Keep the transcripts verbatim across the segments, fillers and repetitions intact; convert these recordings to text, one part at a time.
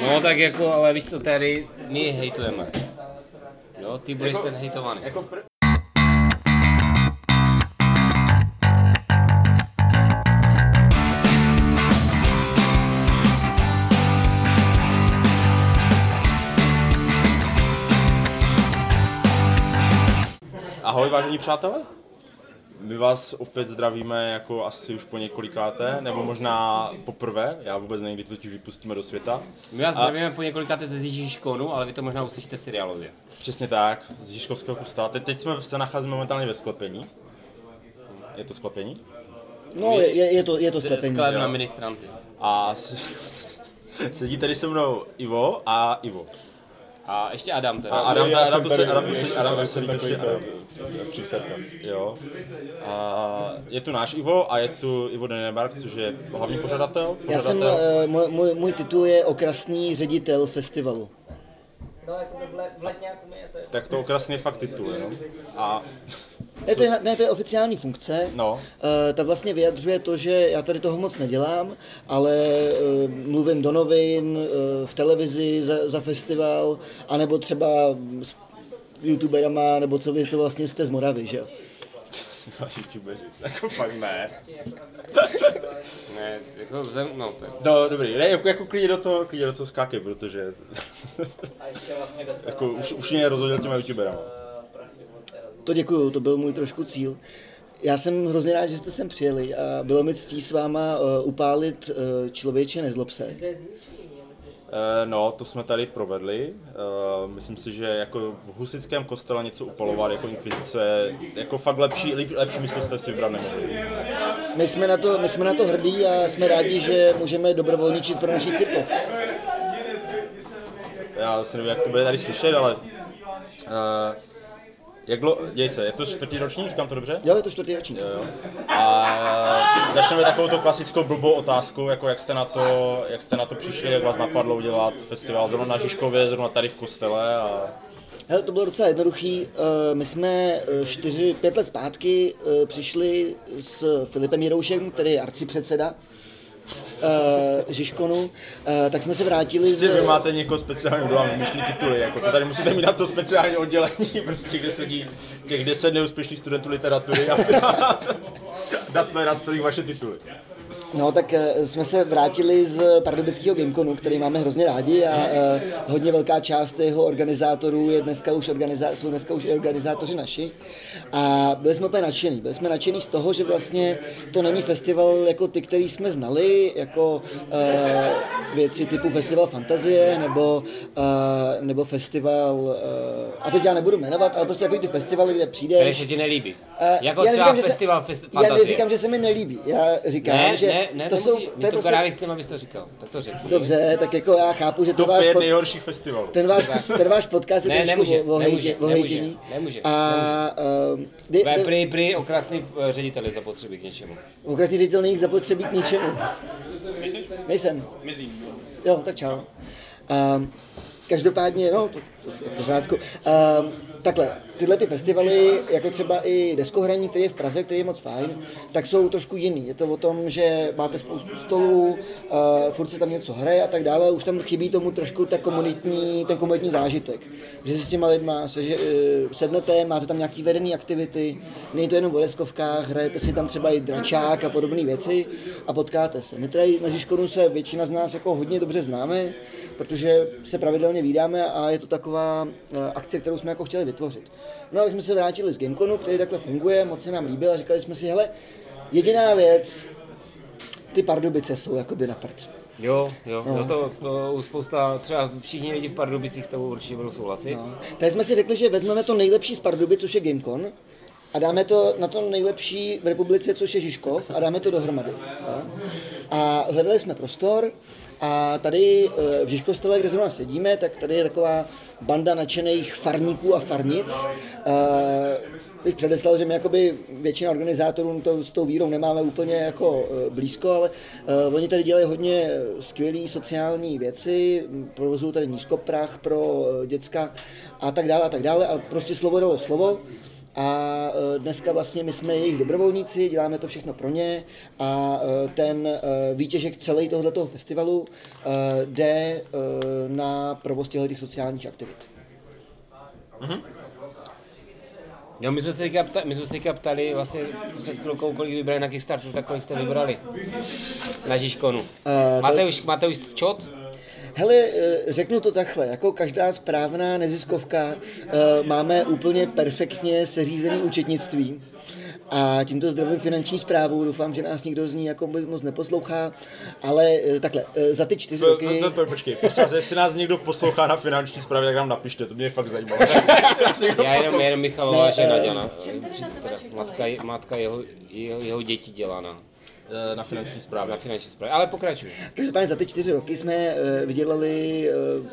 No tak jako, ale víš co, tady my hejtujeme. Jo, ty budeš jako, ten hejtovaný. Jako pr- Ahoj vážení přátelé, my vás opět zdravíme jako asi už po několikáté, nebo možná poprvé, já vůbec nevím, kdy to totiž vypustíme do světa. My vás zdravíme po několikáté ze Žižkonu, ale vy to možná uslyšíte seriálově. Přesně tak, z Žižkovského kostela. Teď, teď jsme se nacházíme momentálně ve sklepení. Je to sklepení? No, je, je to, je to sklepení. Sklep na ministranty. A sedí tady se mnou Ivo a Ivo. A ještě Adam teda. A Adam, já Adam, jsem to tady, se, Adam, to se, Adam, to se, takový Adam, to přísrka. Jo. A je tu náš Ivo a je tu Ivo Denemark, což je hlavní pořadatel. Já jsem, pořadatel. můj, můj, můj titul je okrasný ředitel festivalu. No, jako v, let, v letňáku mi je to. Tak to okrasný je fakt titul, jo. A Ne to, je, ne, to je oficiální funkce. no. Uh, ta vlastně vyjadřuje to, že já tady toho moc nedělám, ale uh, mluvím do novin, uh, v televizi za, za festival, anebo třeba s youtuberama, nebo co vy to vlastně jste z Moravy, že jo? YouTubeři, jako fakt ne. Ne, jako zem, no to je. No, dobrý, ne, jako, jako klidně do toho, klidně do toho skákej, protože A ještě vlastně bez jako už, už mě rozhodil těma youtuberama. To děkuju, to byl můj trošku cíl. Já jsem hrozně rád, že jste sem přijeli a bylo mi ctí s váma uh, upálit uh, Člověče nezlob se. E, no, to jsme tady provedli. E, myslím si, že jako v husitském kostele něco upalovat jako inkvizice, jako fakt lepší, lepší místo jste si vybrat nemohli. My jsme, na to, my jsme na to hrdí a jsme rádi, že můžeme dobrovolničit pro naši církev. Já si nevím, jak to bude tady slyšet, ale e, jak dlouho, děj se, je to čtvrtý ročník, říkám to dobře? Jo, je to čtvrtý ročník. Jo, jo. A začneme takovou to klasickou blbou otázkou, jako jak jste na to, jak jste na to přišli, jak vás napadlo udělat festival zrovna na Žižkově, zrovna tady v kostele a... Hele, to bylo docela jednoduchý. My jsme čtyři, pět let zpátky přišli s Filipem Jiroušem, který je arcipředseda Žižkonu, tak jsme se vrátili z... Vy máte někoho speciálního, kdo vám vymýšlí tituly, jako to tady musíte mít na to speciální oddělení, prostě kde sedí těch deset neúspěšných studentů literatury a datle na stolích vaše tituly. No, tak uh, jsme se vrátili z pardubického Gameconu, který máme hrozně rádi a uh, hodně velká část jeho organizátorů je dneska už organizá- jsou dneska už i organizátoři naši. A byli jsme úplně nadšení. Byli jsme nadšení z toho, že vlastně to není festival jako ty, který jsme znali, jako uh, věci typu Festival Fantazie nebo, uh, nebo festival, uh, a teď já nebudu jmenovat, ale prostě jako ty festivaly, kde přijde. Který se ti nelíbí. Uh, jako já třeba říkám, festival se, fest, Fantazie. Já neříkám, že se mi nelíbí. Já říkám, Ne, že ne, ne, to nemusí, jsou, my to to je prostě... právě chceme, abys to říkal. Tak to řekni. Dobře, tak jako já chápu, že to To váš, pět pod, nejhorších festivalů. ten, váš, ten váš podcast je Ne, trošku nemůže, o- nemůže, o nemůže, hejtění. nemůže, A um, de, Tvé de, prý, prý okrasný eh, ředitel je zapotřebí k něčemu. okrasný ředitel není zapotřebí k ničemu. Nejsem. Mizím. Jo, tak čau. Um, každopádně, no, to, to je v pořádku. Um, takhle, tyhle ty festivaly, jako třeba i deskohraní, který je v Praze, který je moc fajn, tak jsou trošku jiný. Je to o tom, že máte spoustu stolů, uh, furt se tam něco hraje a tak dále, už tam chybí tomu trošku ta komunitní, ten komunitní zážitek. Že si s těma lidma se, že, uh, sednete, máte tam nějaký vedený aktivity, není to jenom o deskovkách, hrajete si tam třeba i dračák a podobné věci a potkáte se. My tady na Žižkonu se většina z nás jako hodně dobře známe, protože se pravidelně vídáme a je to taková uh, akce, kterou jsme jako chtěli vytvořit. No a tak jsme se vrátili z Gameconu, který takhle funguje, moc se nám líbil a říkali jsme si, hele, jediná věc, ty Pardubice jsou jakoby na prd. Jo, jo, No. no. to, to spousta, třeba všichni lidi v Pardubicích s tebou určitě budou souhlasit. No. Tady jsme si řekli, že vezmeme to nejlepší z Pardubic, což je Gamecon, a dáme to na to nejlepší v republice, což je Žižkov, a dáme to dohromady. Jo? A hledali jsme prostor a tady v Žižkostele, kde zrovna sedíme, tak tady je taková banda nadšených farníků a farnic. Bych předeslal, že my jakoby většina organizátorů to, s tou vírou nemáme úplně jako blízko, ale uh, oni tady dělají hodně skvělé sociální věci, provozují tady nízkoprah pro uh, děcka a tak dále a tak dále, ale prostě slovo dalo slovo. a uh, dneska vlastně my jsme jejich dobrovolníci, děláme to všechno pro ně a uh, ten uh, výtěžek celý tohoto festivalu uh, jde uh, na provoz těch sociálních aktivit. Mhm. Jo, my jsme se teďka ptali, my jsme se teďka ptali vlastně před chvilkou, kolik vybrali na Kickstarteru, tak kolik jste vybrali na Žižkonu. Uh, máte, to... už, máte už čot? Hele, řeknu to takhle, jako každá správná neziskovka máme úplně perfektně seřízený účetnictví a tímto zdravím finanční správu, doufám, že nás nikdo z ní jako moc neposlouchá, ale takhle, za ty čtyři roky... Po, po, počkej, poslouchej, jestli nás někdo poslouchá na finanční správě, tak nám napište, to mě fakt zajímá. Já jenom, jenom Michalová žena dělá, matka, matka jeho, jeho, jeho děti dělá na... Na finanční správě. Na finanční správě, ale pokračuj. Každopádně za ty čtyři roky jsme uh, vydělali uh,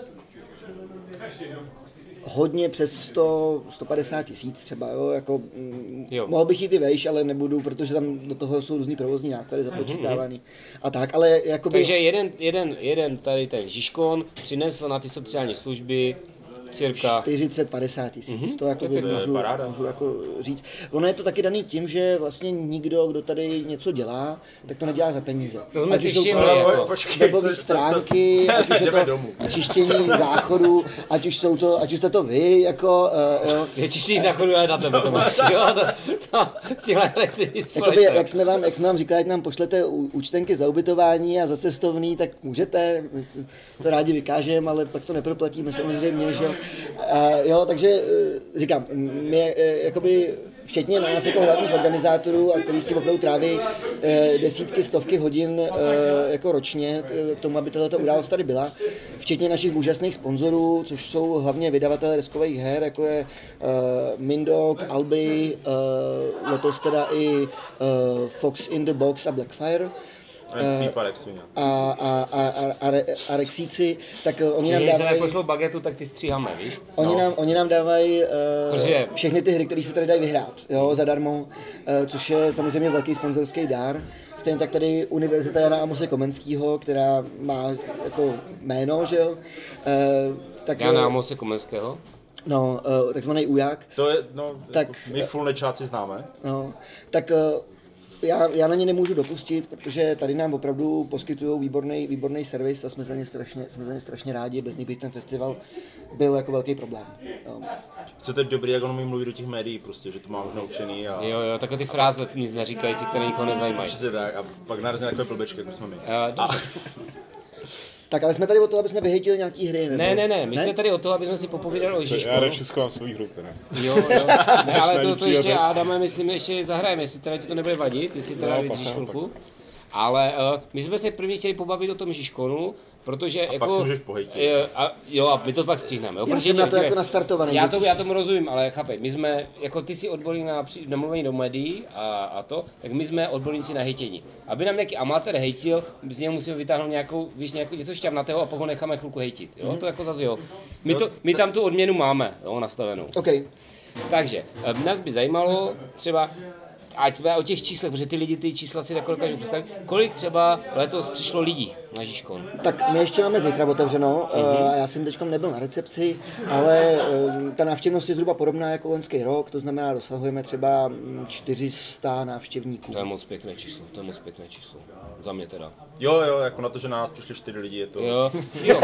hodně přes sto, sto padesát tisíc třeba, jo, jako mm, jo. Mohl bych jít i vejš, ale nebudu, protože tam do toho jsou různý provozní náklady započítávaný mm-hmm. a tak, ale jakoby... Takže jeden, jeden, jeden tady ten Žižkon přinesl na ty sociální služby cirka čtyřicet padesát tisíc, mm-hmm. to jako to můžu, můžu jako říct. Ono je to taky daný tím, že vlastně nikdo, kdo tady něco dělá, tak to nedělá za peníze. To jsme si všimli, jako webové stránky, ať už je to čištění záchodu, ať už jsou to, ať už jste to vy, jako uh, jo. Je čištění záchodu, ale na tebe to máš, jo, to, to s tímhle nechci nic Jakoby, jak jsme vám, jak jsme vám říkali, jak nám pošlete účtenky za ubytování a za cestovný, tak můžete, to rádi vykážeme, ale pak to neproplatíme samozřejmě, že Uh, jo, takže uh, říkám, my uh, jakoby včetně nás jako hlavních organizátorů, a který si opravdu tráví uh, desítky, stovky hodin uh, jako ročně uh, k tomu, aby tato událost tady byla, včetně našich úžasných sponzorů, což jsou hlavně vydavatelé deskových her, jako je uh, Mindog, Albi, uh, letos teda i uh, Fox in the Box a Blackfire. A, a, a, a, a Rexíci, tak oni nám dávají... Když pošlou bagetu, tak ty stříháme, víš? Oni, no. nám, oni nám dávají uh, všechny ty hry, které se tady dají vyhrát, jo, zadarmo, uh, což je samozřejmě velký sponzorský dár. Stejně tak tady Univerzita Jana Amose Komenského, která má jako jméno, že jo? Uh, tak, Jana Amose Komenského? No, uh, takzvaný uják. To je, no, tak, jako my full nečáci známe. No, tak... Uh, Já, já na ně nemůžu dopustit, protože tady nám opravdu poskytují výborný, výborný servis a jsme za ně strašně, jsme za ně strašně rádi, bez nich by ten festival byl jako velký problém. Jo. Chcete dobrý, jak on umí mluvit do těch médií, prostě, že to mám naučený a... Jo, jo, takové ty fráze nic neříkající, které nikoho nezajímají. Přesně tak, a pak narazí na takové blbečky, jako jsme my. Uh, a... Tak ale jsme tady o to, aby jsme vyhejtili nějaký hry, nebo? Ne, ne, ne, my ne? jsme tady o to, aby jsme si popovídali o Žižkonu. Já radši schovám svou hru, teda. Jo, jo, ne, ale to, to ještě Adame, myslím, ještě zahrajeme, jestli teda ti to nebude vadit, jestli teda vydržíš chvilku. Ale uh, my jsme se prvně chtěli pobavit o tom Žižkonu, protože a jako... pak se můžeš pohejtit. A, jo, a my to pak stříhneme. Já jsem na to jako nastartovaný. Já, to, já tomu rozumím, ale chápej, my jsme, jako ty jsi odborník na, na mluvení do médií a, a to, tak my jsme odborníci na hejtění. Aby nám nějaký amatér hejtil, z něho musíme vytáhnout nějakou, víš, nějakou, něco šťavnatého a pak ho necháme chvilku hejtit. Jo, mm-hmm. To jako zase jo. My, to, my tam tu odměnu máme, jo, nastavenou. Okay. Takže, nás by zajímalo třeba, ať jsme o těch číslech, protože ty lidi ty čísla si takhle dokážu představit, kolik třeba letos přišlo lidí na Žižkon? Tak my ještě máme zítra otevřeno, mm-hmm. já jsem teď nebyl na recepci, ale ta návštěvnost je zhruba podobná jako loňský rok, to znamená dosahujeme třeba čtyři sta návštěvníků. To je moc pěkné číslo, to je moc pěkné číslo, za mě teda. Jo, jo, jako na to, že na nás přišli čtyři lidi, je to... Jo, jo.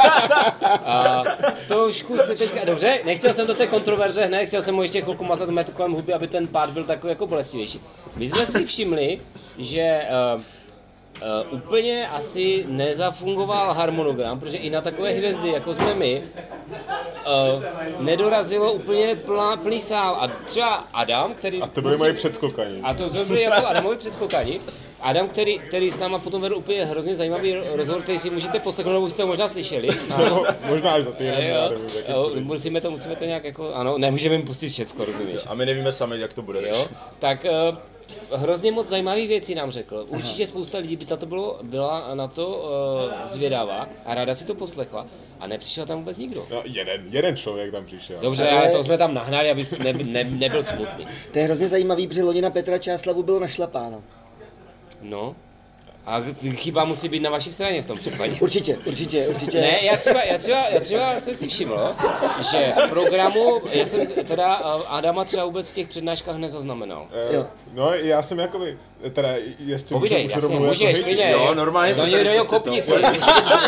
A trošku se teďka, dobře, nechtěl jsem do té kontroverze hned, chtěl jsem mu ještě chvilku mazat metu kolem huby, aby ten pád byl takový jako bolestivější. My jsme si všimli, že uh, uh, úplně asi nezafungoval harmonogram, protože i na takové hvězdy, jako jsme my, uh, nedorazilo úplně plná, plný sál. A třeba Adam, který... A to byli moji předskokani. A to, to byli jako Adamovi předskokani. Adam, který, který s náma potom vedl úplně hrozně zajímavý rozhovor, který si můžete poslechnout, nebo už jste ho možná slyšeli. No, možná až za týden. Musíme to, musíme to nějak jako, ano, nemůžeme jim pustit všecko, rozumíš? A my nevíme sami, jak to bude. Jo? Tak uh, hrozně moc zajímavých věcí nám řekl. Určitě Aha. spousta lidí by to bylo, byla na to uh, zvědavá a ráda si to poslechla. A nepřišel tam vůbec nikdo. No, jeden, jeden člověk tam přišel. Dobře, ale to jsme tam nahnali, aby ne, ne, nebyl smutný. To je hrozně zajímavý, protože loni na Petra Čáslavu bylo našlapáno. No. A chyba musí být na vaší straně v tom případě. Určitě, určitě, určitě. Ne, já třeba, já třeba, já třeba jsem si všiml, že v programu, já jsem teda Adama třeba vůbec v těch přednáškách nezaznamenal. Jo. No, já jsem jakoby, teda, jestli Povídej, můžu jasně, rovnou můžeš, jako hejtit. klidně. Jo, normálně Do se něj, tady do něj prostě kopni to- si.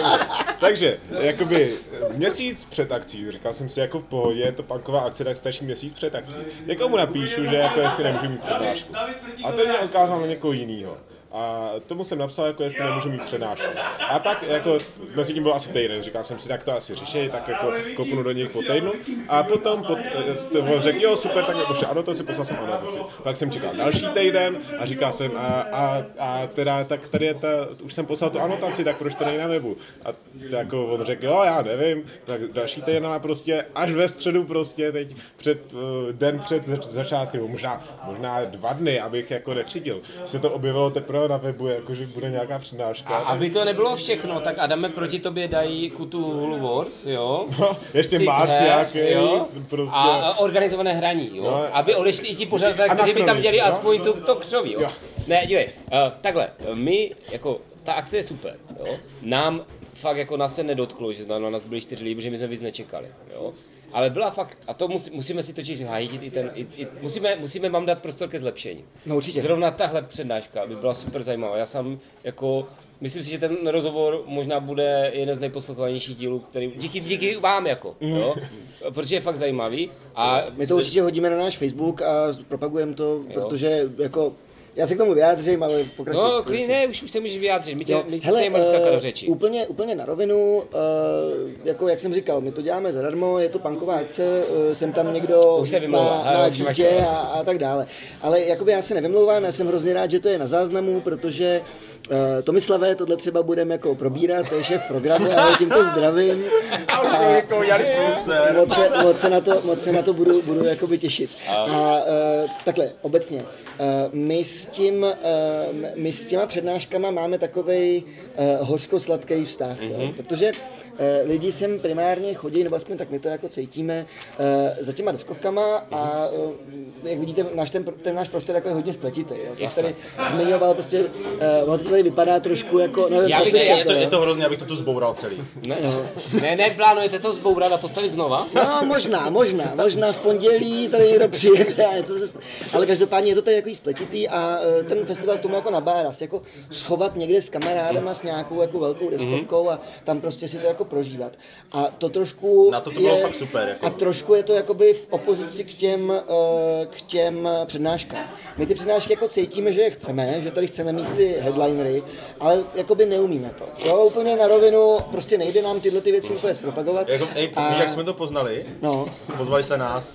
Takže, jakoby měsíc před akcí, říkal jsem si jako v pohodě, je to punková akce, tak stačí měsíc před akcí. Někomu napíšu, že jako jestli nemůžu mít přednášku. A ten mě ukázal na někoho jinýho. A tomu jsem napsal, jako jestli nemůžu mít přednášku. A tak jako, mezi tím byl asi týden, říkal jsem si, tak to asi řeší, tak jako kopnu do nich po týdnu. A potom po, on řekl, jo super, tak pošle anotaci, poslal jsem anotaci. Pak jsem čekal další týden a říkal jsem, a, a, a teda, tak tady je ta, už jsem poslal tu anotaci, tak proč to není na webu? A jako on řekl, jo, já nevím, tak další týden a prostě až ve středu prostě, teď před, uh, den před zač- začátkem, možná, možná dva dny, abych jako nekřitil. Se to objevilo teprve na webu, jakože bude nějaká přednáška. A aby to nebylo všechno, tak Adame proti tobě dají Kutu Hulu Wars, jo? No, ještě City máš Hair, nějaký, jo? prostě. A, a organizované hraní, jo? No. Aby odešli i ti pořadatelé, A kteří by tam nakrmit, dělali jo? aspoň tu, to křoví, jo? Jo. Ne, dívej, uh, takhle, my, jako, ta akce je super, jo? Nám fakt jako nás se nedotklo, že na nás byli čtyři lidi, protože my jsme víc nečekali, jo? Ale byla fakt, a to musí, musíme si totiž hájit i ten, i, i, musíme, musíme vám dát prostor ke zlepšení. No určitě. Zrovna tahle přednáška by byla super zajímavá. Já sám jako, myslím si, že ten rozhovor možná bude jeden z nejposlouchovanějších dílů, který, díky, díky vám jako, jo? Protože je fakt zajímavý. A My to určitě hodíme na náš Facebook a propagujeme to, protože jako, já se k tomu vyjádřím, ale pokračuj. no, klidně, ne, už, už se můžeš vyjádřit, my tě, Jo, my tě hele, stejně skákat do eh, řeči. úplně, úplně na rovinu, uh, jako jak jsem říkal, my to děláme zadarmo, je to punková akce, uh, jsem tam někdo Už se vymlouvá, má, ale má už máš dítě to. a, a tak dále. Ale jakoby já se nevymlouvám, já jsem hrozně rád, že to je na záznamu, protože uh, Tomislave, tohle třeba budeme jako probírat, to je šéf programu, ale tímto zdravím. A už mám někoho Jan Pulser. Moc se, moc se na to, moc se na to budu, budu jakoby těšit. A uh, takhle, obecně, uh, my s tím, uh, my s těma přednáškama máme takovej uh, hořko-sladký vztah, mm-hmm. jo? Protože uh, lidi sem primárně chodí, nebo aspoň tak my to jako cítíme, uh, za těma deskovkama a uh, jak vidíte, náš ten, ten náš prostor jako je hodně spletitý. Jo? Jak tady zmiňoval, prostě, uh, ono to tady vypadá trošku jako, nevím, Já bych- popište já- Je to, jo? je to hrozně, abych to tu zboural celý. Ne, ne, ne, plánujete to zbourat a postavit znova? No, možná, možná, možná v pondělí tady někdo přijede a něco se stane. Ale každopádně je to tady jako spletitý a uh, ten festival k tomu jako nabádá, se jako schovat někde s kamarádama s nějakou jako velkou deskovkou a tam prostě si to jako prožívat. A to trošku Na to to bylo fakt super, jako. A trošku je to jakoby v opozici k těm, uh, k těm přednáškám. My ty přednášky jako cítíme, že je chceme, že tady chceme mít ty headlinery, ale jakoby neumíme to. Jo, úplně na rovinu, prostě nejde nám tyhle ty věci úplně zpropagovat. Jako, ej, A- víš, jak jsme to poznali? No. Pozvali jste nás.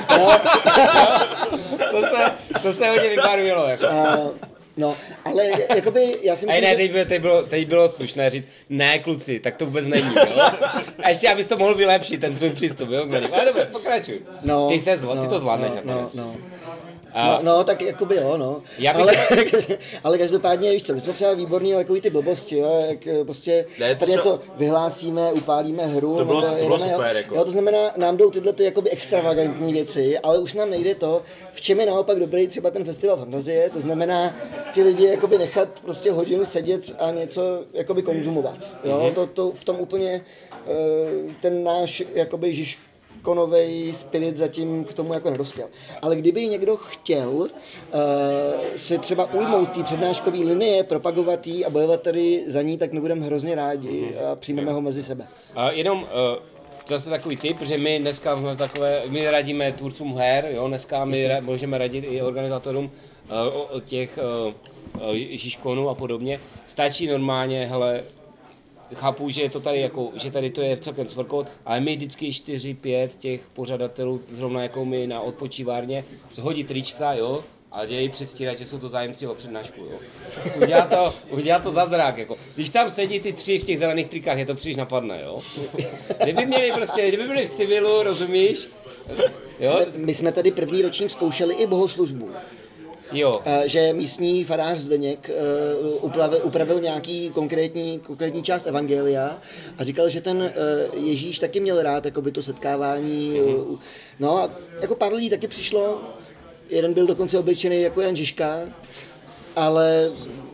To se, to se hodně vybarvilo, jako. Uh, no, ale jakoby já si A myslím, ne, že... teď, bylo, teď, bylo, teď bylo slušné říct, ne kluci, tak to vůbec není, jo? A ještě abys to mohl vylepšit, ten svůj přístup, jo? Ale dobře, pokračuj. No, Ty, se zvol, ty no, to zvládneš no, nakonec. no, no. A- No, no, tak jakoby jo, no. Já bych- ale, ale každopádně, víš co, my jsme třeba výborní, ale takový ty blbosti, jo, jak eh, prostě Ne, to tady třeba- něco vyhlásíme, upálíme hru, To bylo- nebo to bylo jedeme, super, jo. jako. jo, to znamená, nám jdou tyhle ty jakoby extravagantní věci, ale už nám nejde to, v čem je naopak dobrý třeba ten festival fantazie, to znamená ty lidi jakoby nechat prostě hodinu sedět a něco jakoby konzumovat, jo, Mhm. to, to v tom úplně eh, ten náš jakoby žiž konovej spirit zatím k tomu jako nedospěl. Ale kdyby někdo chtěl uh, se třeba ujmout té přednáškové linie, propagovat jí a bojovat tady za ní, tak my budeme hrozně rádi a přijmeme ho mezi sebe. A jenom uh, zase takový tip, že my dneska máme takové, my radíme tvůrcům her, jo, dneska my ra, můžeme radit i organizátorům uh, o, o těch uh, uh, Žižkonů a podobně. Stačí normálně, hele, chápu, že je to tady jako, že tady to je celkem svrkot, ale my vždycky čtyři, pět těch pořadatelů, zrovna jako my na odpočívárně, zhodí trička, jo, a dějí předstírat, že jsou to zájemci o přednášku, jo. Udělá to, udělá to zázrak, jako. Když tam sedí ty tři v těch zelených trikách, je to příliš napadne, jo. Kdyby měli prostě, kdyby byli v civilu, rozumíš, jo, My jsme tady první ročník zkoušeli i bohoslužbu. jo. Eh, že místní farář Zdeněk uh, upravil, upravil nějaký konkrétní, konkrétní část evangelia a říkal, že ten uh, Ježíš taky měl rád jakoby to setkávání. Uh, no a jako pár lidí taky přišlo, jeden byl dokonce oblečený jako Jan Žižka, ale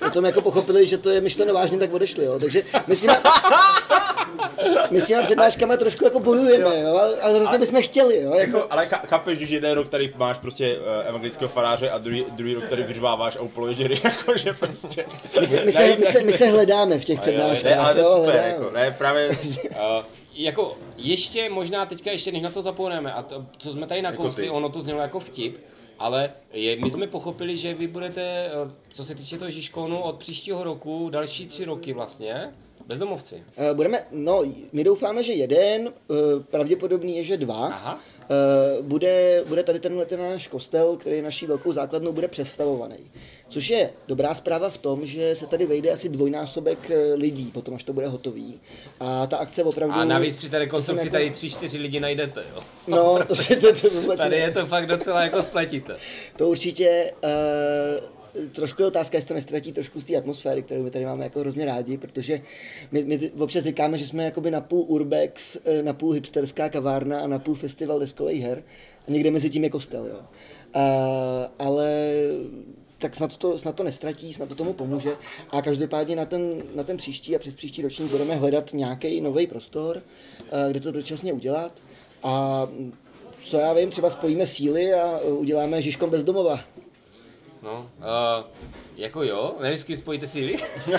potom jako pochopili, že to je myšleno vážně, tak odešli, jo. Takže my s těma, my s těma přednáškama trošku jako bojujeme, jo, ale, ale hrozně bychom chtěli, jo. Jako... Jako, ale cha- chápeš, že jeden rok tady máš prostě uh, evangelického faráře a druhý, druhý rok tady vyřváváš a upoluješ žery, jakože prostě... My se, my, se, my, se, my se hledáme v těch Ne, přednáškách, ale to je jo, super, hledáme. jako, ne, právě... Uh, jako ještě možná teďka ještě než na to zapomeneme a to, co jsme tady nakousli, ty. ono to znělo jako vtip, ale je, my jsme pochopili, že vy budete, eh, co se týče toho Žižkonu, od příštího roku, další tři roky vlastně, bezdomovci. Eh, Budeme, no, my doufáme, že jeden, eh, pravděpodobný je, že dva. Aha. Eh, Bude, bude tady tenhle ten náš kostel, který naší velkou základnou bude přestavovaný. Což je dobrá zpráva v tom, že se tady vejde asi dvojnásobek eh, lidí, potom až to bude hotový. A ta akce opravdu... A navíc při té se rekonstrukci sem tady jako- tři, čtyři lidi najdete, jo. No, to, to, to, vůbec Tady ne. je to fakt docela jako spletité. To určitě uh, trošku je otázka, jestli to nestratí trošku z té atmosféry, kterou my tady máme jako hrozně rádi, protože my, my občas říkáme, že jsme jakoby napůl urbex, eh, napůl hipsterská kavárna a napůl festival deskových her a někde mezi tím je kostel, jo. Uh, ale tak snad to, snad to nestratí, snad to tomu pomůže a každopádně na ten, na ten příští a přes příští ročník budeme hledat nějaký nový prostor, uh, kde to dočasně udělat a co já vím, třeba spojíme síly a uděláme Žižkon bez domova. No, uh, jako jo, nevím, s kým spojíte síly.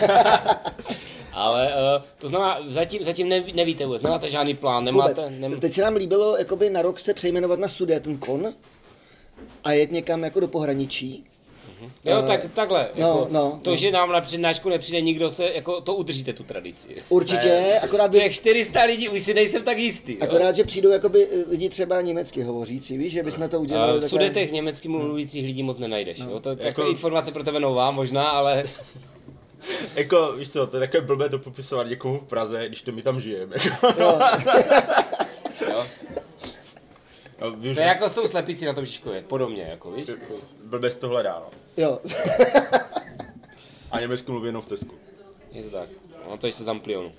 Ale uh, to znamená, zatím, zatím neví, nevíte vůbec, nemáte žádný plán, Vůbec. nemáte... Nem... Teď se nám líbilo jakoby na rok se přejmenovat na Sudetenkon a jet někam jako do pohraničí. Jo, tak takhle, no, jako, no, to, no. že nám na přednášku nepřijde nikdo se, jako to udržíte tu tradici. Určitě, akorát, by, Těch čtyři sta lidí, už si nejsem tak jistý. Jo? akorát, že přijdou jakoby lidi třeba německy hovořící, víš, že bychom to udělali Uh, v takhle- Sudetech německy mluvících lidí moc nenajdeš, jo? To je jako... Jako- informace pro tebe nová možná, ale... Jako, víš co, to je takové blbé to popisovat někomu v Praze, když to my tam žijeme. Jo. Jo? No, víš, To je jako s tou slepicí na tom Žižkově, podobně, jako víš? blbě to hledá, no. Jo. A německy mluví jenom v Tesku. Je to tak, no to ještě z Amplionu.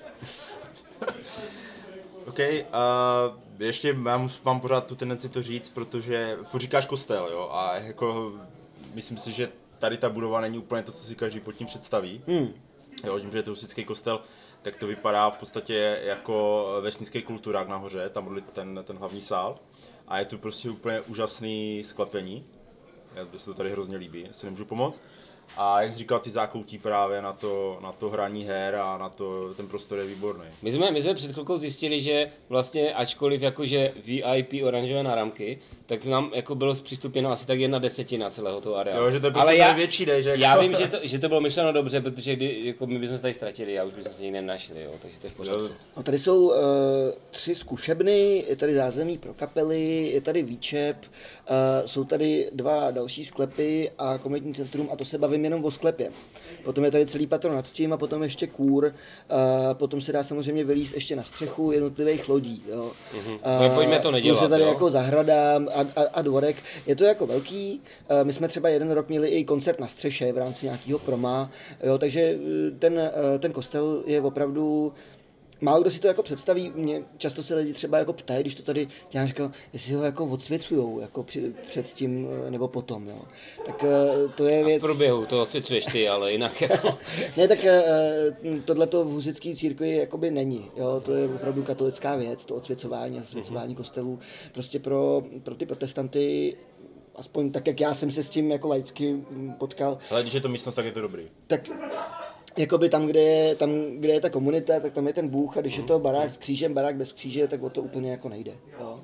OK, a ještě mám, mám pořád tu tendenci to říct, protože furt říkáš kostel, jo, a jako myslím si, že tady ta budova není úplně to, co si každý pod tím představí. Hmm. Jo, tím, že je to husický kostel, tak to vypadá v podstatě jako vesnický kulturák nahoře, tam byl ten, ten hlavní sál. A je tu prostě úplně úžasný sklepení. Mně se to tady hrozně líbí, si nemůžu pomoct. A jak jsi říkal, ty zákoutí právě na to, na to hraní her a na to, ten prostor je výborný. My jsme, my jsme před chvilkou zjistili, že vlastně ačkoliv jakože V I P oranžové náramky, tak nám jako bylo zpřístupněno asi tak jedna desetina celého toho areálu. Jo, že to je prostě já, větší, ne? Že jako... já vím, že to, že to bylo myšleno dobře, protože kdy, jako my bychom se tady ztratili a už bychom se nikdy nenašli, jo, takže to je v pořádku. No, tady jsou uh, tři zkušebny, je tady zázemí pro kapely, je tady výčep, uh, jsou tady dva další sklepy a komunitní centrum a to se bavím jenom o sklepě. Potom je tady celý patro nad tím a potom ještě kůr, uh, potom se dá samozřejmě vylízt ještě na střechu jednotlivých lodí. Jo. Mm-hmm. Uh, Pojďme to nedělat, plus je tady jo? jako zahrada a, a, a dvorek. Je to jako velký, uh, my jsme třeba jeden rok měli i koncert na střeše v rámci nějakého proma, jo, takže uh, ten, uh, ten kostel je opravdu. Málo kdo si to jako představí, mě často se lidi třeba jako ptají, když to tady, já říkal, jestli ho jako odsvěcujou, jako při, před tím nebo potom, jo. Tak to je věc... V průběhu to osvěcuješ ty, ale jinak jako... Ne, tak tohleto v husitské církvi jakoby není, jo, to je opravdu katolická věc, to odsvěcování a zasvěcování kostelů, prostě pro, pro ty protestanty, aspoň tak, jak já jsem se s tím jako laicky potkal. Ale když je to místnost, tak je to dobrý. Tak jakoby tam, kde je, tam, kde je ta komunita, tak tam je ten Bůh a když je to barák s křížem, barák bez kříže, tak o to úplně jako nejde. Jo.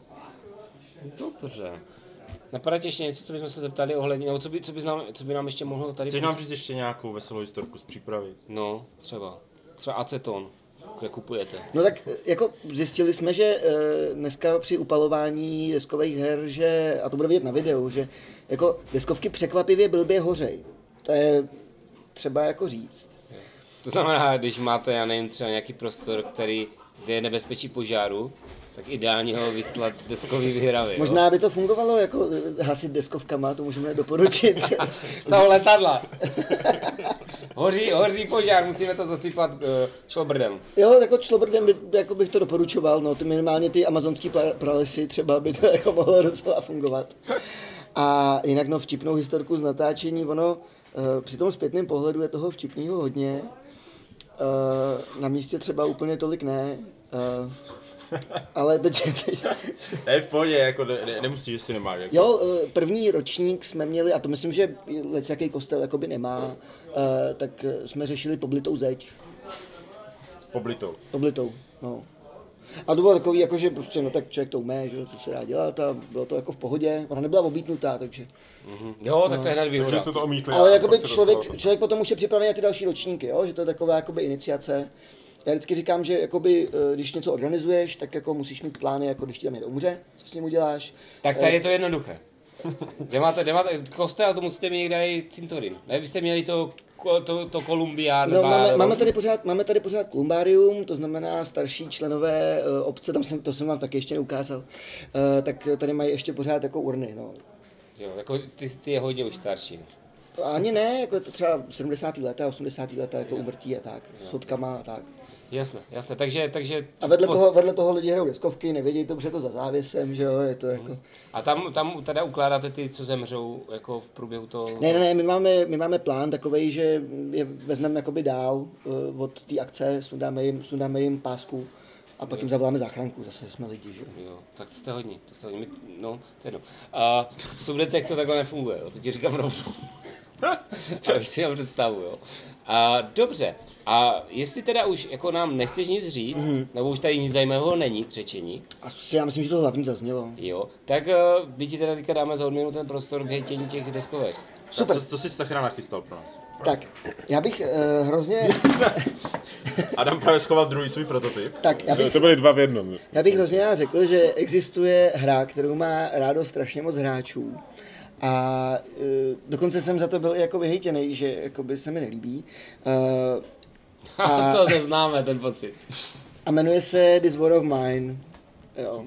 Dobře. Napadá tě ještě něco, co bychom se zeptali ohledně, nebo co by, co by, nám, co by nám ještě mohlo tady... Chceš nám říct ještě nějakou veselou historku z přípravy? No, třeba. Třeba aceton, kde kupujete. No tak jako zjistili jsme, že e, dneska při upalování deskových her, že, a to bude vidět na videu, že jako deskovky překvapivě blbě hořej. To je třeba jako říct. To znamená, když máte, já nevím, třeba nějaký prostor, který, kde je nebezpečí požáru, tak ideálně ho vyslat deskový vyhravy. Možná by to fungovalo jako hasit deskovkama, to můžeme doporučit. Z toho letadla. hoří, hoří požár, musíme to zasypat uh, šlobrdem. Jo, jako šlobrdem by, jako bych to doporučoval, no, ty minimálně ty amazonský pralesy třeba by to jako mohlo docela fungovat. A jinak no vtipnou historku z natáčení, ono uh, při tom zpětném pohledu je toho vtipného hodně. Uh, na místě třeba úplně tolik ne. Uh, ale teď, teď... Je v pohodě, jako ne, ne, nemusíš, že si nemáš. Jako. Jo, uh, první ročník jsme měli, a to myslím, že lecjaký kostel jakoby nemá, uh, tak jsme řešili poblitou zeď. Poblitou. Poblitou, no. A to bylo takový, jako, že prostě, no tak člověk to umé, že co se dá dělat a bylo to jako v pohodě. Ona nebyla obítnutá, takže. Mm-hmm. Jo, tak to je hned Takže výhoda. jste to omítli. Ale a jakoby pak se člověk, dostalo. člověk potom už je připravený na ty další ročníky, jo? Že to je taková jakoby iniciace. Já vždycky říkám, že jakoby, když něco organizuješ, tak jako musíš mít plány, jako když ti tam někdo umře, co s ním uděláš. Tak tady je to jednoduché. Kde máte, kde máte kostel, to musíte mít někde i cintorín. Ne, byste měli to, to, to Kolumbián. No, máme, máme, tady pořád, máme tady pořád kolumbárium, to znamená starší členové uh, obce, tam jsem, to jsem vám taky ještě neukázal, uh, tak tady mají ještě pořád jako urny, no. Jo, jako ty, ty je hodně už starší. Ani ne, jako je to třeba sedmdesátá léta, osmdesátá léta, jako umrtí a tak, s fotkama a tak. Jasné, jasné, takže... takže A vedle toho, vedle toho lidi hrajou deskovky, nevědí to, protože je to za závěsem, že jo, je to jako... A tam, tam teda ukládáte ty, co zemřou, jako v průběhu toho... Ne, ne, ne, my máme, my máme plán takovej, že je vezmeme jakoby dál uh, od té akce, sundáme jim, sundáme jim pásku a pak jim zavoláme záchranku, zase jsme lidi, že jo. Jo, tak to jste hodní, to jste hodní, My- no, to je jedno. A v Subdetech to takhle nefunguje, jo, to ti říkám rovnou. Abych si mám představu, jo. A dobře, a jestli teda už jako nám nechceš nic říct, mm-hmm. nebo už tady nic zajímavého není k řečení, Asi já myslím, že to hlavní zaznělo. jo, tak uh, my ti teda teďka dáme za odměnu ten prostor k hejtění těch deskovek. Super. Co, co jsi Stachra nachystal pro nás? Tak, já bych uh, hrozně, Adam právě schoval druhý svůj prototyp. tak já bych, To byly dva v jednom. já bych hrozně rád řekl, že existuje hra, kterou má rádo strašně moc hráčů. A uh, dokonce jsem za to byl i jako vyhejtěnej, že jakoby se mi nelíbí. Uh, A to neznáme, ten pocit. a jmenuje se This War of Mine. Jo.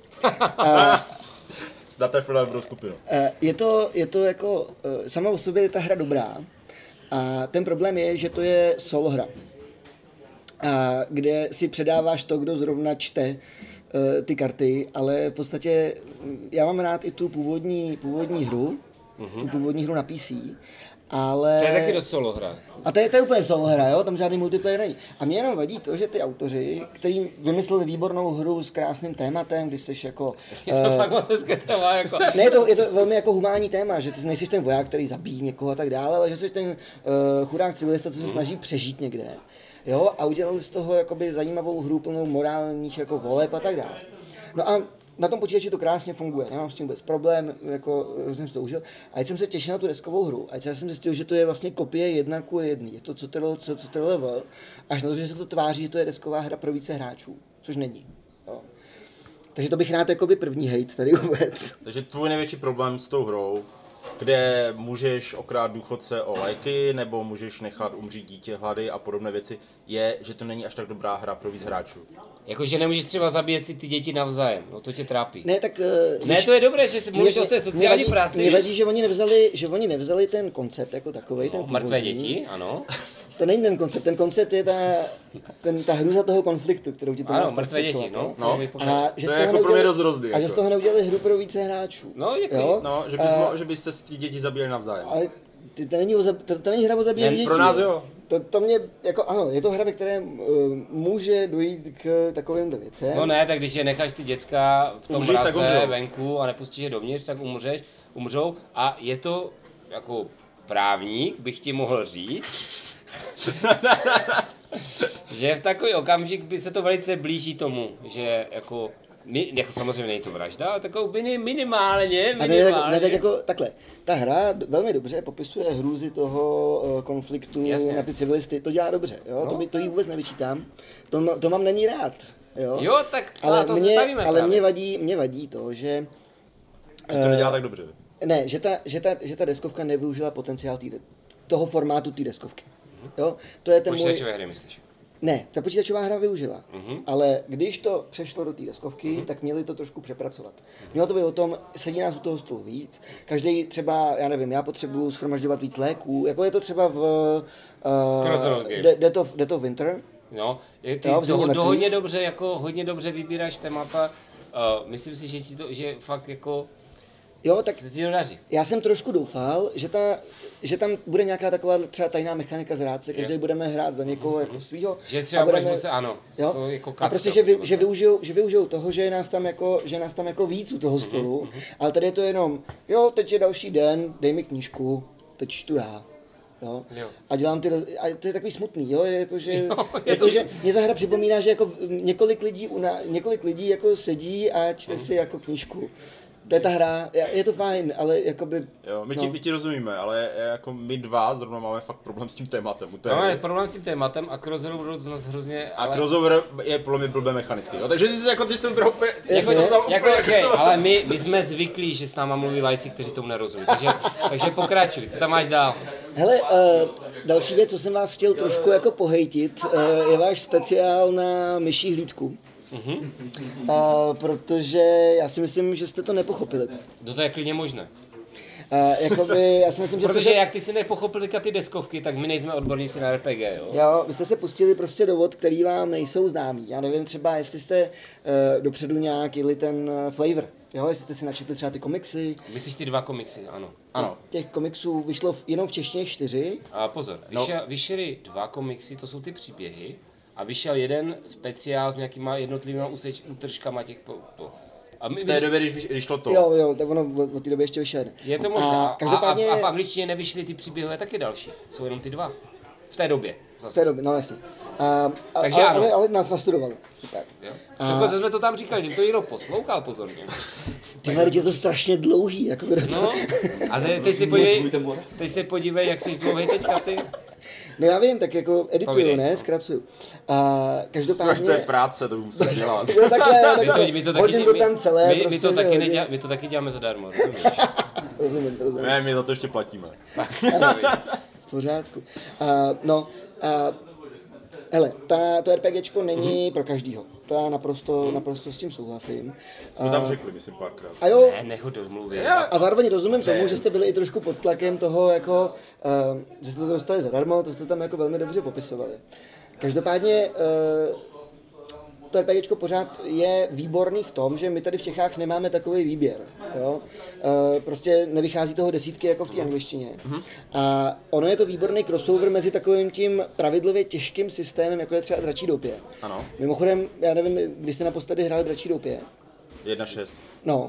A, S Datafila dobrou skupinu. uh, je, to, je to jako, uh, sama o sobě je ta hra dobrá. A ten problém je, že to je solo hra. A kde si předáváš to, kdo zrovna čte uh, ty karty, ale v podstatě mm, já mám rád i tu původní, původní hru, mm-hmm. tu původní hru na P C, ale... To je taky dost solo hra. A to je, to je úplně solo hra, jo? Tam žádný multiplayer není. A mě jenom vadí to, že ty autoři, kteří vymysleli výbornou hru s krásným tématem, když jsi jako... Je to uh, fakt moc hezké téma, jako... ne, je to, je to velmi jako humánní téma, že ty nejsi ten voják, který zabíjí někoho a tak dále, ale že jsi ten uh, chudák civilista, co se snaží přežít někde. Jo? A udělali z toho jakoby zajímavou hru plnou morálních jako voleb a tak dále. No a na tom počítači to krásně funguje, nemám s tím vůbec problém, jako jsem si to užil. A teď jsem se těšil na tu deskovou hru, a já jsem zjistil, že to je vlastně kopie jedna ku jedný, je to co to co, co to až na to, že se to tváří, že to je desková hra pro více hráčů, což není. Jo. Takže to bych rád jakoby první hejt tady vůbec. Takže tvůj největší problém s tou hrou, kde můžeš okrát důchodce o lajky, nebo můžeš nechat umřít dítě hlady a podobné věci, je, že to není až tak dobrá hra pro víc hráčů. Jakože nemůžeš třeba zabíjet si ty děti navzájem, no to tě trápí. Ne, tak... Uh, Ne, to je dobré, že mluvíš o té sociální mě vadí, práci. Mě vadí, že oni nevzali, že oni nevzali ten koncept jako takovej, ten No, mrtvé původní. děti, ano. To není ten koncept, ten koncept je ta, ten, ta hruza toho konfliktu, kterou ti to Ano, má mrtvé děti, zprostředkovat, no. No, no. A že To z je toho jako pro mě neudělali- dost rozdíl, A že jako. z toho neudělali hru pro více hráčů. No, děkuji. Jo? No, že, bys A- mo- že byste ty děti zabíjeli navzájem. Ale ty, to, není o, zab- to, to není hra o zabíjení Jen dětí. pro nás jo. To, to mě, jako ano, je to hra, ve které uh, může dojít k takovýmto věcem. No ne, tak když je necháš ty děcka v tom Umřít, tak mraze umřou. venku a nepustíš je dovnitř, tak umřeš, umřou. A je to jako právník, bych ti mohl říct, že v takový okamžik by se to velice blíží tomu, že jako, my, jako samozřejmě není to vražda, ale takovou mini, minimálně, A ne, minimálně. ne, tak jako takhle. Ta hra d- velmi dobře popisuje hrůzy toho uh, konfliktu Jasně. na ty civilisty. To dělá dobře, jo? No. To, by, to jí vůbec nevyčítám. To, ma- to mám není rád. Jo, Jo, tak ale, ale to mě, se stavíme ale právě. mě, vadí, mě vadí to, že... Že to nedělá tak dobře. Ne, že ta, že ta, že ta deskovka nevyužila potenciál tý, de- toho formátu té deskovky. Jo? To je ten můj... Počítačové hry, myslíš? Ne, ta počítačová hra využila, Mhm. ale když to přešlo do té deskovky, tak měli to trošku přepracovat. Mělo to být o tom, sedí nás u toho stolu víc, každý třeba, já nevím, já potřebuju shromažďovat víc léků, jako je to třeba v Crossroad uh, Game. De- Death of, Death of Winter. No, je, ty Jo, v zimě to, to mrtvých. hodně dobře, jako hodně dobře vybíráš témata. Uh, myslím si, že ti to, že fakt jako Jo, tak se ti to daří. já jsem trošku doufal, že, ta, že tam bude nějaká taková třeba tajná mechanika zrádce, každý budeme hrát za někoho jako svýho. Že třeba a budeme, budeš muset, ano, jo? to jako A prostě, custom, že, vy, nebo že, tak. využijou, že využijou toho, že je nás tam jako, že je nás tam jako víc u toho stolu, ale tady je to jenom, jo, teď je další den, dej mi knížku, teď čtu já. Jo? Jo. A dělám ty, a to je takový smutný, jo, je jako, že, Jo, je jako, to- že mě ta hra připomíná, že jako několik lidí, una, několik lidí jako sedí a čte si jako knížku. To je ta hra, je, je to fajn, ale jakoby, Jo, my, ti, no. my ti rozumíme, ale jako my dva zrovna máme fakt problém s tím tématem. u té No, hry. je problém s tím tématem a crossover budou z nás hrozně, A ale... crossover je podle mě blbě mechanický, jo? Takže ty jsi jako, ty jsi to vybral úplně, ty jsi Jasně. to vzal Jako, úplně okay, to- ale my, my jsme zvyklí, že s náma mluví lajci, kteří tomu nerozumí. Takže, takže pokračuj, co tam máš dál? hele, uh, další věc, co jsem vás chtěl trošku jako pohejtit, uh, je váš speciál na myší hlídku. Mhm. Uh, protože já si myslím, že jste to nepochopili. No to je klidně možné. Uh, jakoby, já si myslím, že Protože jste se, jak ty si nepochopili ty deskovky, tak my nejsme odborníci na R P G, jo? jo, vy jste se pustili prostě do vod, který vám nejsou známý. Já nevím třeba, jestli jste uh, dopředu nějak jeli ten uh, flavor, jo, jestli jste si načetli třeba ty komiksy. Myslíš ty dva komiksy, ano. Ano. Těch komiksů vyšlo v, jenom v češtině čtyři. A pozor, vyšel, vyšly dva komiksy, to jsou ty příběhy, a vyšel jeden speciál s nějakýma jednotlivými úseč, útržkama těch... Po, po. A my, V té době, když, vyš- když šlo to. Jo, jo, tak ono od, od té doby ještě vyšel jeden. je to možné. A A, každopádně, a, a v angličtině nevyšly ty příběhové taky další. Jsou jenom ty dva. V té době. v Zase. té době, no jasně. A, a, Takže ale, ano. ale, ale nás nastudovali, super. Jo? A- Dokonce jsme to tam říkali, kdyby to někdo poslouchal pozorně. Tyhle lidi je to strašně dlouhý, jako kdo to... No, a te, teď, si podívej, teď se podívej, jak jsi dlouhý teďka ty. No já vím, tak jako edituju, Povídej. ne, zkracuju. A Až každopádně... to je práce, to musíš dělat. Jo, takhle, My to, takhle, my to taky, hodím to my, tam celé, my, prostě, my, to taky hodím. nedělá, my to taky děláme zadarmo, rozumíš? Rozumím, rozumím. Ne, my za to ještě platíme. V pořádku. Uh, no, uh, hele, ta, to RPGčko není mm-hmm. pro každýho. To já naprosto, mm. naprosto s tím souhlasím. Jsme tam řekli, myslím, párkrát. A jo, Ne, nech ho domluvit. a zároveň rozumím tomu, že jste byli i trošku pod tlakem toho, jako, uh, že jste to dostali zadarmo, to jste tam jako velmi dobře popisovali. Každopádně uh, to RPGčko pořád je výborný v tom, že my tady v Čechách nemáme takový výběr. Jo? Uh, prostě nevychází toho desítky jako v té angličtině. A ono je to výborný crossover mezi takovým tím pravidlově těžkým systémem, jako je třeba Dračí doupě. Ano. Mimochodem, já nevím, kdy jste naposledy hráli Dračí doupě. jedna šest. No,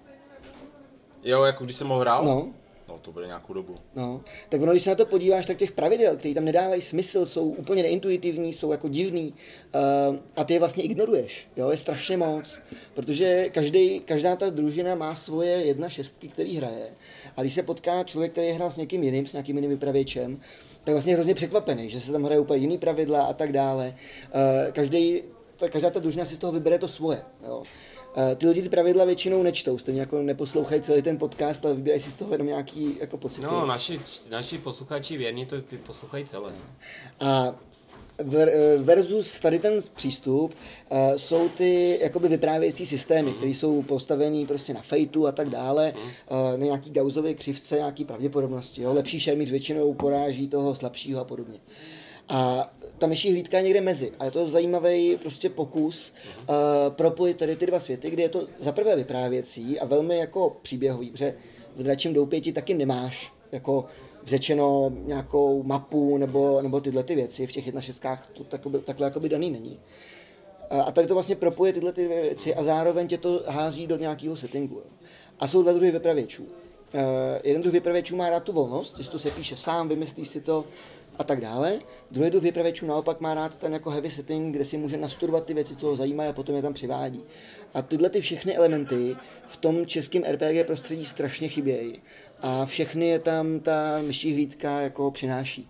Jo, jako když jsem ho hrál? no. No, to bude nějakou dobu. No, tak ono, když se na to podíváš, tak těch pravidel, které tam nedávají smysl, jsou úplně neintuitivní, jsou jako divný uh, a ty je vlastně ignoruješ, jo, je strašně moc, protože každý, každá ta družina má svoje jedna šestky, který hraje a když se potká člověk, který hrál s někým jiným, s nějakým jiným vypravěčem, tak vlastně je hrozně překvapený, že se tam hraje úplně jiný pravidla a tak dále. Uh, každý, ta, každá ta družina si z toho vybere to svoje, jo. Uh, ty lidi ty pravidla většinou nečtou, stejně jako neposlouchají celý ten podcast, ale vybírají si z toho jenom nějaký jako pocity. No, naši, naši posluchači věrní to poslouchají celé. A ver, versus tady ten přístup uh, jsou ty jakoby vyprávějící systémy, které jsou postavený prostě na fejtu a tak dále, uh, na nějaký Gaussově křivce, nějaký pravděpodobnosti. Jo? Lepší šermíř většinou poráží toho slabšího a podobně. A ta myší hlídka je někde mezi. A je to zajímavý prostě pokus uh, propojit tady ty dva světy, kde je to zaprvé vyprávěcí a velmi jako příběhový, protože v Dračím doupěti taky nemáš jako řečeno nějakou mapu nebo, nebo tyhle ty věci. V těch jedna šestkách to takoby, takhle jakoby daný není. A tady to vlastně propoje tyhle ty věci a zároveň tě to hází do nějakého settingu. Jo. A jsou dva druhy vypravěčů. Uh, jeden druh vypravěčů má rád tu volnost, že to se píše sám, vymyslí si to a tak dále. Druhý druh vypravěčů naopak má rád ten jako heavy setting, kde si může nastudovat ty věci, co ho zajímají a potom je tam přivádí. A tyhle ty všechny elementy v tom českém R P G prostředí strašně chybějí. A všechny je tam ta myší hlídka jako přináší.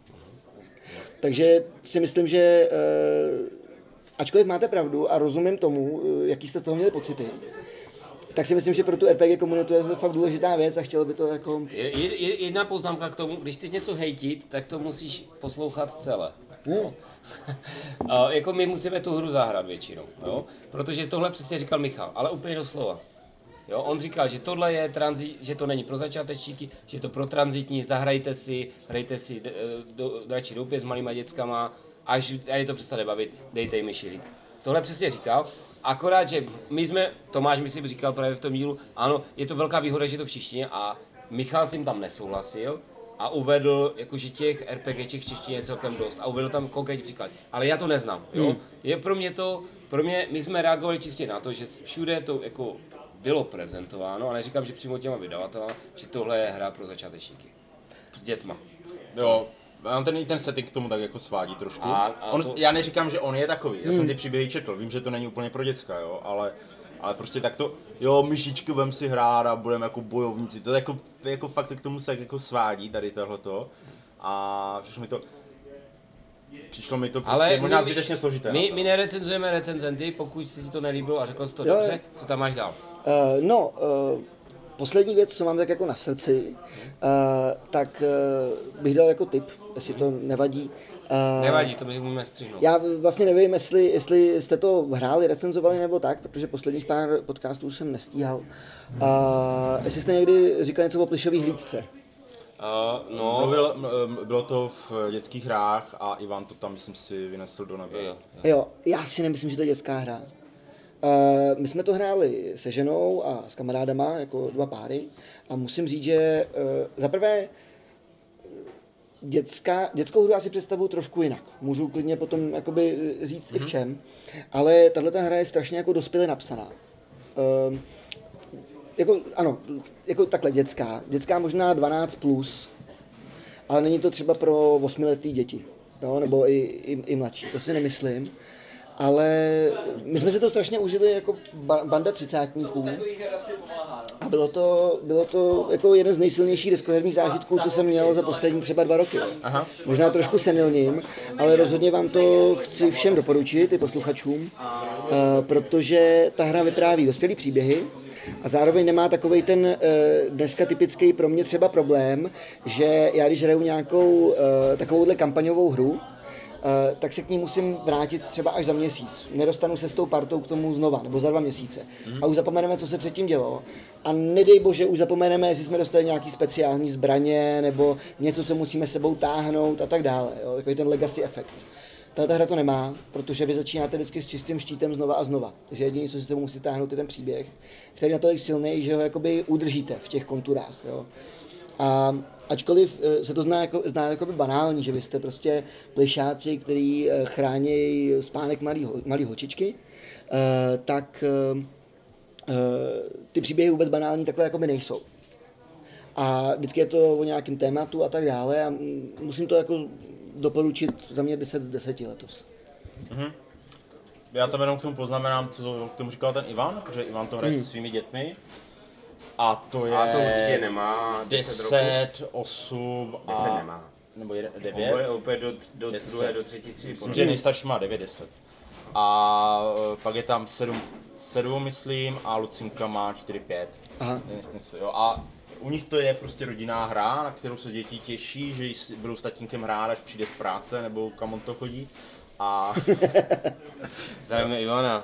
Takže si myslím, že uh, ačkoliv máte pravdu a rozumím tomu, uh, jaký jste z toho měli pocity, tak si myslím, že pro tu R P G komunitu je to fakt důležitá věc a chtěl by to jako... Je, je, jedna poznámka k tomu, když chceš něco hejtit, tak to musíš poslouchat celé. Hmm. A jako my musíme tu hru zahrát většinou, jo? Protože tohle přesně říkal Michal, ale úplně doslova. Jo? On říkal, že tohle je transi, že to není pro začátečníky, že je to pro tranzitní, zahrajte si, hrajte si do, Dračí doupě s malýma dětskama, až a je to přestane bavit, dejte jim myši hlídku. Tohle přesně říkal. Akorát, že my jsme, Tomáš mi si říkal právě v tom dílu, ano, je to velká výhoda, že je to v češtině a Michal s tím tam nesouhlasil a uvedl, jakože těch RPGček v češtině je celkem dost a uvedl tam konkrétní příklad. Ale já to neznám, jo. Hmm. Je pro mě to, pro mě, my jsme reagovali čistě na to, že všude to jako bylo prezentováno, ale neříkám, že přímo těma vydavatelama, že tohle je hra pro začátečníky. S dětma. Jo, mám ten, ten setting k tomu tak jako svádí trošku. A, a on, to... Já neříkám, že on je takový, já jsem ty příběhy četl, vím, že to není úplně pro děcka, jo, ale, ale prostě tak to, jo, myšičky budeme si hrát a budeme jako bojovníci, to jako, jako fakt k tomu se tak jako svádí tady tohleto a přišlo mi to, přišlo mi to prostě ale možná my, zbytečně složité. My, my nerecenzujeme recenzenty, pokud se ti to nelíbilo a řekl jsi to Jo, dobře, jo. co tam máš dál? Uh, no, uh, poslední věc, co mám tak jako na srdci, uh, tak uh, bych dal jako tip, jestli to nevadí. Uh, Nevadí, to my můžeme střihnout. Já vlastně nevím, jestli, jestli jste to hráli, recenzovali nebo tak, protože posledních pár podcastů jsem nestíhal. Uh, jestli jste někdy říkali něco o plišový hlídce. Uh, no, Mluvil, m- bylo to v dětských hrách a Ivan to tam, myslím si, vynesl do nebe. jo, jo. Jo, já si nemyslím, že to je dětská hra. Uh, my jsme to hráli se ženou a s kamarádama, jako dva páry, a musím říct, že uh, za prvé dětská, dětskou hru já si představuju trošku jinak. Můžu klidně potom jakoby říct mm-hmm. i v čem, ale tahle hra je strašně jako dospěle napsaná. Uh, jako, ano, jako takhle dětská. Dětská možná dvanáct plus, ale není to třeba pro osmiletý děti, no, nebo i, i, i mladší, to si nemyslím. Ale my jsme si to strašně užili jako ba- banda třicátníků a bylo to, bylo to jako jeden z nejsilnějších deskoherních zážitků, co jsem měl za poslední třeba dva roky. Aha. Možná trošku senilním, ale rozhodně vám to chci všem doporučit, i posluchačům, uh, protože ta hra vypráví dospělý příběhy a zároveň nemá takovej ten uh, dneska typický pro mě třeba problém, že já když hraju nějakou uh, takovouhle kampaňovou hru, Uh, tak se k ní musím vrátit třeba až za měsíc. Nedostanu se s tou partou k tomu znova, nebo za dva měsíce. Mm. A už zapomeneme, co se předtím dělo. A nedej bože, už zapomeneme, jestli jsme dostali nějaký speciální zbraně, nebo něco, co musíme s sebou táhnout a tak dále. Jo? Takový ten legacy efekt. Tato hra to nemá, protože vy začínáte vždycky s čistým štítem znova a znova. Takže jediné, co si s sebou musíte táhnout, je ten příběh, který je natolik silný, že ho jakoby udržíte v těch konturách. Jo? A ačkoliv se to zná jako, zná jako by banální, že vy jste prostě plišáci, který chrání spánek malý, malý holčičky, tak ty příběhy vůbec banální takhle jako by nejsou. A vždycky je to o nějakém tématu a tak dále a musím to jako doporučit za mě deset z deseti letos. Mhm. Já tam jenom k tomu poznamenám, co k tomu říkal ten Ivan, protože Ivan to hraje hmm. se svými dětmi. A to je... A to určitě nemá deset, osm a... deset nemá. Nebo devět. On opět do, do druhé, do třetí, tři. Myslím, že nejstarší má devět, deset. A pak je tam sedm, sedm myslím, a Lucinka má čtyři, pět. Aha. Jo, a u nich to je prostě rodinná hra, na kterou se děti těší, že ji budou s tatínkem hrát, až přijde z práce, nebo kam on to chodí. A... Zdravíme Ivana.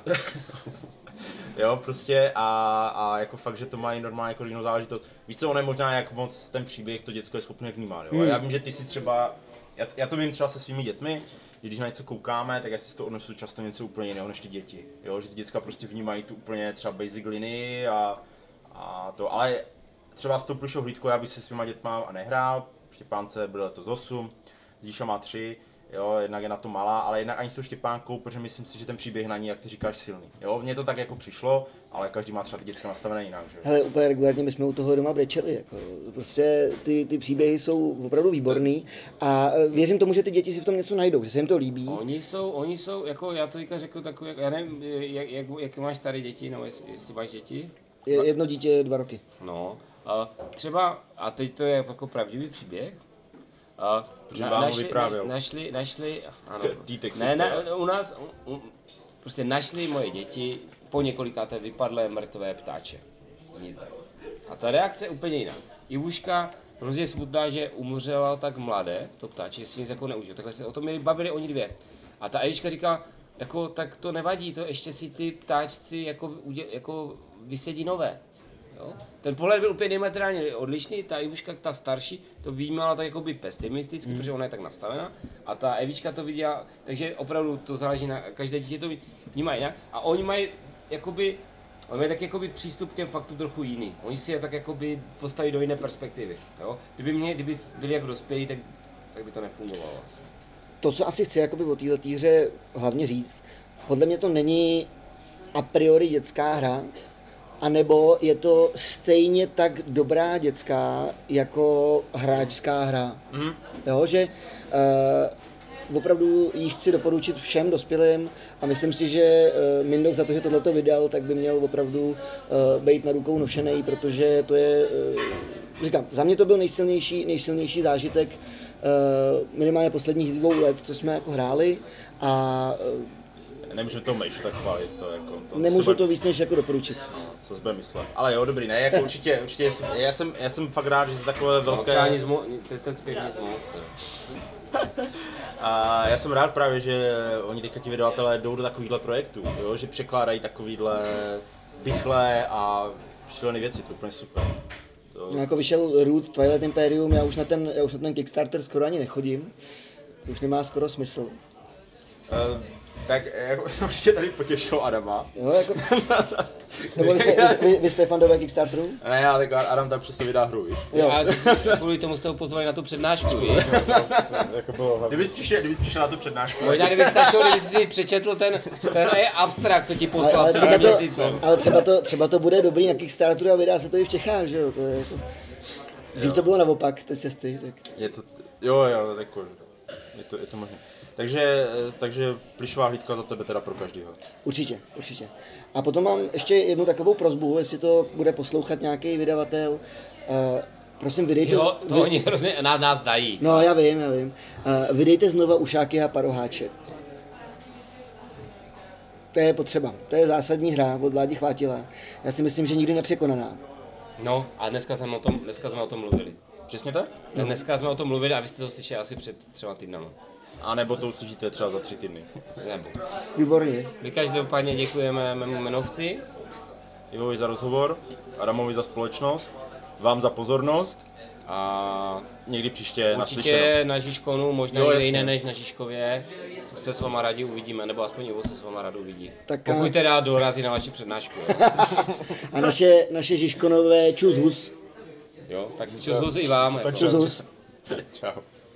Jo, prostě a, a jako fakt, že to mají normálně jako jinou záležitost. Víš co, on je možná jak moc ten příběh to děcko je schopné vnímat, jo. Hmm. Já vím, že ty si třeba, já, já to vím třeba se svými dětmi, že když na něco koukáme, tak já si z toho odnesu často něco úplně jiného než ty děti, jo. Že ty děcka prostě vnímají tu úplně třeba basic linii a, a to, ale třeba s tou plišou hlídkou já bych se svýma dětma nehrál, Štěpánce bylo to z osm, Zíša má tři. Jo, jednak je na to malá, ale jednak ani s tou Štěpánkou, protože myslím si, že ten příběh na ní, jak ty říkáš, silný. Jo, mně to tak jako přišlo, ale každý má třeba ty děcka nastavené jinak, že jo. Hele, úplně regulárně my jsme u toho doma brečeli, jako, prostě ty, ty příběhy jsou opravdu výborný a věřím tomu, že ty děti si v tom něco najdou, že se jim to líbí. Oni jsou, oni jsou, jako já to teďka řeknu takový, já nevím, jak, jak, jak máš staré děti, nebo jestli, jestli máš děti? Je, jedno dítě dva roky. No, a třeba, a teď to je jako pravdivý příběh, a Protože vám ho vyprávěl. Na, našli, našli, ano, Týtek ne, ne, u nás, u, u, prostě našli moje děti po několikáté vypadlé mrtvé ptáče z hnízda. A ta reakce je úplně jiná. Ivuška hrozně smutná, že umřela tak mladé, to ptáče, že si nic jako neužil. Takhle se o tom měli bavili oni dvě. A ta Evička říká, jako, tak to nevadí, to ještě si ty ptáčci jako, jako vysedí nové. Jo? Ten pohled byl úplně diametrálně odlišný, ta Ivuška, ta starší, to vnímala tak jakoby pesimisticky, hmm. protože ona je tak nastavená, a ta Evička to viděla, takže opravdu to záleží na každé dítě, to vnímá jinak. A oni mají jakoby, on je tak jakoby přístup k těm faktům trochu jiný. Oni si je tak jakoby postaví do jiné perspektivy, jo. Kdyby mě, kdyby byli jako dospělí, tak, tak by to nefungovalo asi. To, co asi chci jakoby o této hře hlavně říct, podle mě to není a priori dětská hra, anebo je to stejně tak dobrá dětská jako hráčská hra. Mhm. Jo, že uh, opravdu ji chci doporučit všem dospělým a myslím si, že uh, Mindok za to, že tohleto vydal, tak by měl opravdu uh, být na rukou nošenej, protože to je, uh, říkám, za mě to byl nejsilnější, nejsilnější zážitek uh, minimálně posledních dvou let, co jsme jako hráli a uh, Nemůžu to Mejšu tak chválit, to jako... To nemůžu sebe- to víc než jako doporučit. Co jsi bude myslet. Ale jo, dobrý, ne, jako určitě, určitě, já jsem, já jsem fakt rád, že jsi takové No, velké... třeba nic mo- ten, ten zpěvný z Monster. A já jsem rád právě, že oni teďka ti vydavatelé jdou do takovýchhle projektů, jo? Že překládají takovýhle rychlé a šílené věci, to je úplně super. To... No, jako vyšel Root Twilight Imperium, já už na ten, já už na ten Kickstarter skoro ani nechodím. To už nemá skoro smysl. Uh, tak jako, určitě tady potěšil Adama. Jo, jako... Nebo vy jste, vy, vy jste fandové Kickstarteru? Ne, já tak Adam tam přesto vydá hru, víš. Jo. A kvůli tomu jste ho pozvali na tu přednášku, víš? Jako bylo hlavně. Kdybys přišel, kdybys přišel na tu přednášku. Možná kdyby stačilo, kdyby si přečetl ten, ten abstrakt, co ti Ale, poslal ale, před třeba to, měsícem. ale třeba, to, třeba to bude dobrý na Kickstarteru a vydá se to i v Čechách, že jo? To je jako... Dřív to bylo naopak, ty cesty. Tak. Je to, jo, jo, jako, je to, je to možné. Takže, takže plišová hlídka za tebe teda pro každýho. Určitě, určitě. A potom mám ještě jednu takovou prosbu, jestli to bude poslouchat nějaký vydavatel. Uh, prosím, vydejte... Jo, to vy- oni hrozně na nás dají. No, já vím, já vím. Uh, vydejte znova Ušáky a Paroháče. To je potřeba. To je zásadní hra od Vládi Chvátila. Já si myslím, že nikdy nepřekonaná. No a dneska jsme o tom, dneska jsme o tom mluvili. Přesně tak? No. Dneska jsme o tom mluvili a vy jste to slyšeli asi před třeba týdnama. A nebo to uslyšíte třeba za tři týdny. Nebo. Výborně. My každopádně děkujeme mému jmenovci. Ivovi za rozhovor, Adamovi za společnost, vám za pozornost a někdy příště naslyšenou. Určitě na Žižkonu, možná Jo, někde jasně. jiné než na Žižkově, se s váma rádi uvidíme, nebo aspoň Ivo se s váma rád uvidí. Tak a- Pokud teda dorazí na vaši přednášku, jo. A naše, naše Žižkonové čus hus. jo tak čus i vám. Čus hus. Čau.